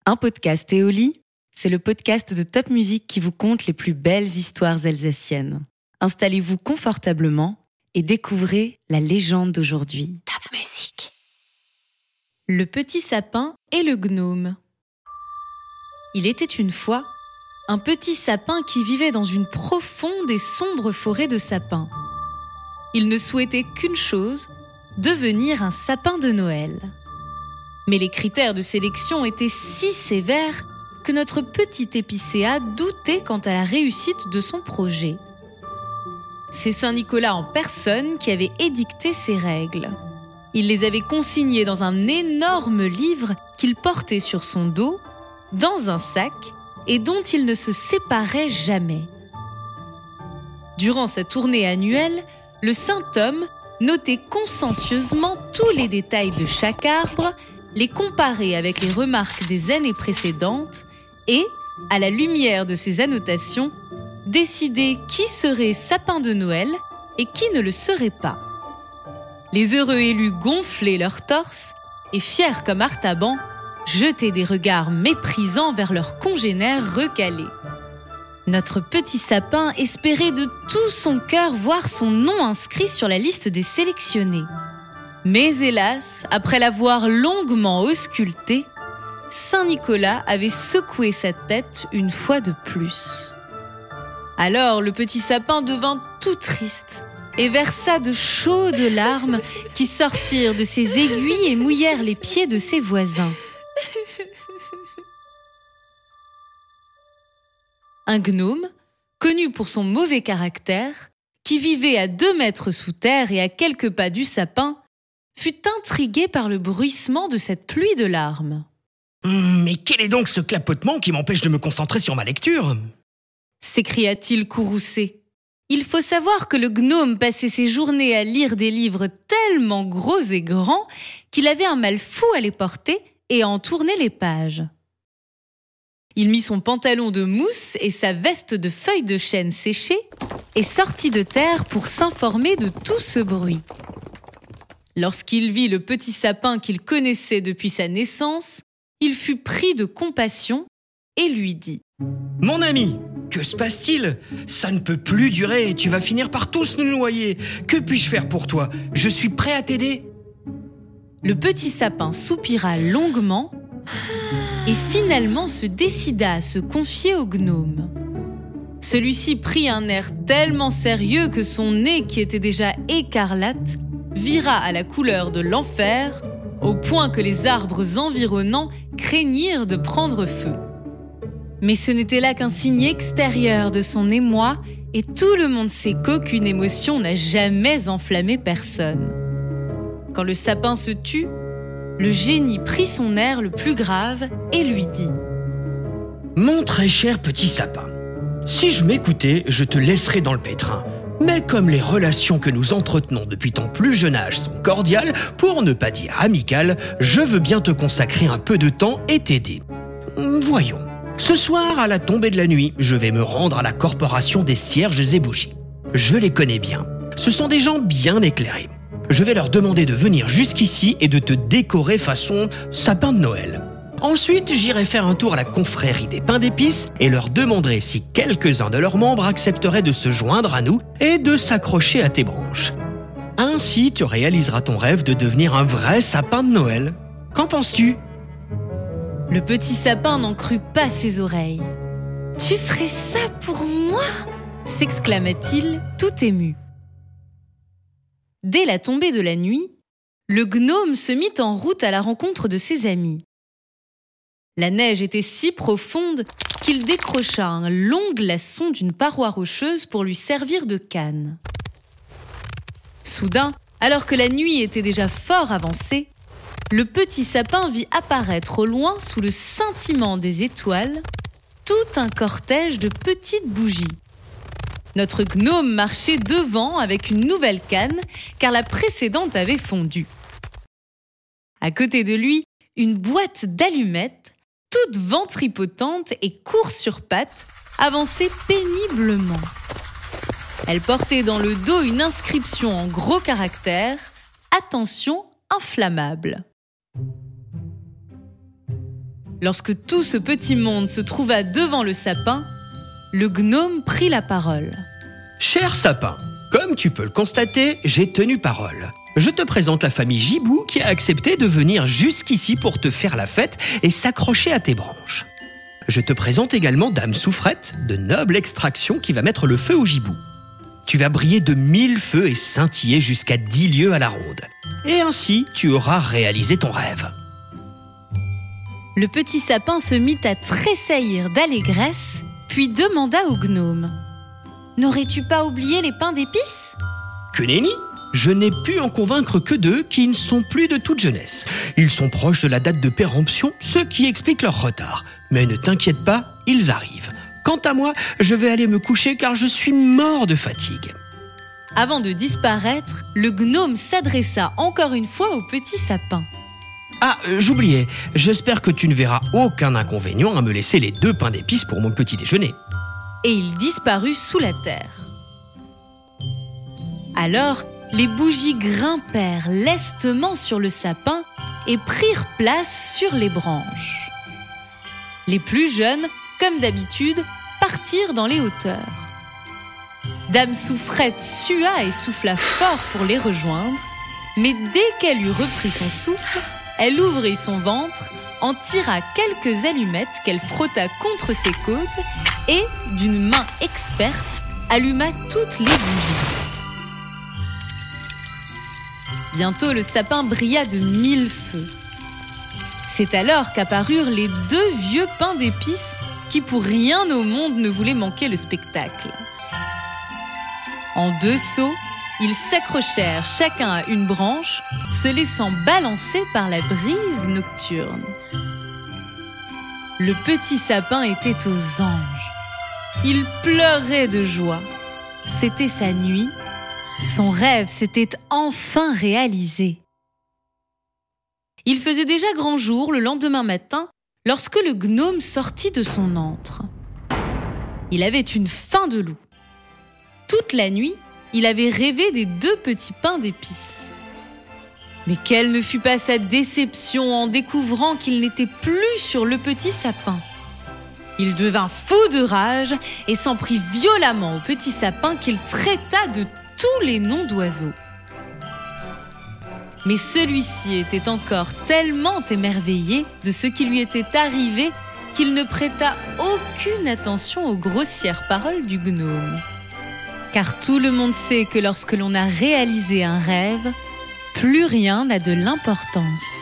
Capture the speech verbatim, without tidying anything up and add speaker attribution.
Speaker 1: Un podcast Éoli, c'est le podcast de Top Music qui vous conte les plus belles histoires alsaciennes. Installez-vous confortablement et découvrez la légende d'aujourd'hui. Top Music. Le petit sapin et le gnome. Il était une fois un petit sapin qui vivait dans une profonde et sombre forêt de sapins. Il ne souhaitait qu'une chose, devenir un sapin de Noël. Mais les critères de sélection étaient si sévères que notre petit épicéa doutait quant à la réussite de son projet. C'est Saint Nicolas en personne qui avait édicté ces règles. Il les avait consignées dans un énorme livre qu'il portait sur son dos, dans un sac, et dont il ne se séparait jamais. Durant sa tournée annuelle, le saint homme notait consciencieusement tous les détails de chaque arbre, les comparer avec les remarques des années précédentes et, à la lumière de ces annotations, décider qui serait sapin de Noël et qui ne le serait pas. Les heureux élus gonflaient leur torse et, fiers comme Artaban, jetaient des regards méprisants vers leurs congénères recalés. Notre petit sapin espérait de tout son cœur voir son nom inscrit sur la liste des sélectionnés. Mais hélas, après l'avoir longuement ausculté, Saint Nicolas avait secoué sa tête une fois de plus. Alors le petit sapin devint tout triste et versa de chaudes larmes qui sortirent de ses aiguilles et mouillèrent les pieds de ses voisins. Un gnome, connu pour son mauvais caractère, qui vivait à deux mètres sous terre et à quelques pas du sapin, fut intrigué par le bruissement de cette pluie de larmes.
Speaker 2: Hum, mais quel est donc ce clapotement qui m'empêche de me concentrer sur ma lecture ?
Speaker 1: S'écria-t-il courroucé. Il faut savoir que le gnome passait ses journées à lire des livres tellement gros et grands qu'il avait un mal fou à les porter et à en tourner les pages. Il mit son pantalon de mousse et sa veste de feuilles de chêne séchées et sortit de terre pour s'informer de tout ce bruit. Lorsqu'il vit le petit sapin qu'il connaissait depuis sa naissance, il fut pris de compassion et lui dit «
Speaker 2: Mon ami, que se passe-t-il ? Ça ne peut plus durer, tu vas finir par tous nous noyer. Que puis-je faire pour toi ? Je suis prêt à t'aider. »
Speaker 1: Le petit sapin soupira longuement et finalement se décida à se confier au gnome. Celui-ci prit un air tellement sérieux que son nez, qui était déjà écarlate, vira à la couleur de l'enfer, au point que les arbres environnants craignirent de prendre feu. Mais ce n'était là qu'un signe extérieur de son émoi, et tout le monde sait qu'aucune émotion n'a jamais enflammé personne. Quand le sapin se tut, le génie prit son air le plus grave et lui dit «
Speaker 2: Mon très cher petit sapin, si je m'écoutais, je te laisserais dans le pétrin. Mais comme les relations que nous entretenons depuis ton plus jeune âge sont cordiales, pour ne pas dire amicales, je veux bien te consacrer un peu de temps et t'aider. Voyons, ce soir, à la tombée de la nuit, je vais me rendre à la corporation des cierges et bougies. Je les connais bien. Ce sont des gens bien éclairés. Je vais leur demander de venir jusqu'ici et de te décorer façon sapin de Noël. Ensuite, j'irai faire un tour à la confrérie des pains d'épices et leur demanderai si quelques-uns de leurs membres accepteraient de se joindre à nous et de s'accrocher à tes branches. Ainsi, tu réaliseras ton rêve de devenir un vrai sapin de Noël. Qu'en penses-tu ?
Speaker 1: Le petit sapin n'en crut pas ses oreilles. « Tu ferais ça pour moi ?» s'exclama-t-il, tout ému. Dès la tombée de la nuit, le gnome se mit en route à la rencontre de ses amis. La neige était si profonde qu'il décrocha un long glaçon d'une paroi rocheuse pour lui servir de canne. Soudain, alors que la nuit était déjà fort avancée, le petit sapin vit apparaître au loin, sous le scintillement des étoiles, tout un cortège de petites bougies. Notre gnome marchait devant avec une nouvelle canne, car la précédente avait fondu. À côté de lui, une boîte d'allumettes, toute ventripotente et court sur pattes, avançait péniblement. Elle portait dans le dos une inscription en gros caractères « Attention, inflammable ». Lorsque tout ce petit monde se trouva devant le sapin, le gnome prit la parole.
Speaker 2: Cher sapin, comme tu peux le constater, j'ai tenu parole. Je te présente la famille Gibou qui a accepté de venir jusqu'ici pour te faire la fête et s'accrocher à tes branches. Je te présente également Dame Souffrette, de noble extraction qui va mettre le feu au gibou. Tu vas briller de mille feux et scintiller jusqu'à dix lieues à la ronde. Et ainsi, tu auras réalisé ton rêve.
Speaker 1: Le petit sapin se mit à tressaillir d'allégresse, puis demanda au gnome. « N'aurais-tu pas oublié les pains d'épices ?»
Speaker 2: Que nenni, je n'ai pu en convaincre que deux qui ne sont plus de toute jeunesse. Ils sont proches de la date de péremption, ce qui explique leur retard. Mais ne t'inquiète pas, ils arrivent. Quant à moi, je vais aller me coucher car je suis mort de fatigue.
Speaker 1: Avant de disparaître, le gnome s'adressa encore une fois au petit sapin.
Speaker 2: Ah, euh, j'oubliais, j'espère que tu ne verras aucun inconvénient à me laisser les deux pains d'épices pour mon petit déjeuner.
Speaker 1: Et il disparut sous la terre. Alors, les bougies grimpèrent lestement sur le sapin et prirent place sur les branches. Les plus jeunes, comme d'habitude, partirent dans les hauteurs. Dame Souffrette sua et souffla fort pour les rejoindre, mais dès qu'elle eut repris son souffle, elle ouvrit son ventre, en tira quelques allumettes qu'elle frotta contre ses côtes et, d'une main experte, alluma toutes les bougies. Bientôt, le sapin brilla de mille feux. C'est alors qu'apparurent les deux vieux pains d'épices qui, pour rien au monde, ne voulaient manquer le spectacle. En deux sauts, ils s'accrochèrent chacun à une branche, se laissant balancer par la brise nocturne. Le petit sapin était aux anges. Il pleurait de joie. C'était sa nuit. Son rêve s'était enfin réalisé. Il faisait déjà grand jour le lendemain matin lorsque le gnome sortit de son antre. Il avait une faim de loup. Toute la nuit, il avait rêvé des deux petits pains d'épices. Mais quelle ne fut pas sa déception en découvrant qu'il n'était plus sur le petit sapin. Il devint fou de rage et s'en prit violemment au petit sapin qu'il traita de tous les noms d'oiseaux. Mais celui-ci était encore tellement émerveillé de ce qui lui était arrivé qu'il ne prêta aucune attention aux grossières paroles du gnome. Car tout le monde sait que lorsque l'on a réalisé un rêve, plus rien n'a de l'importance.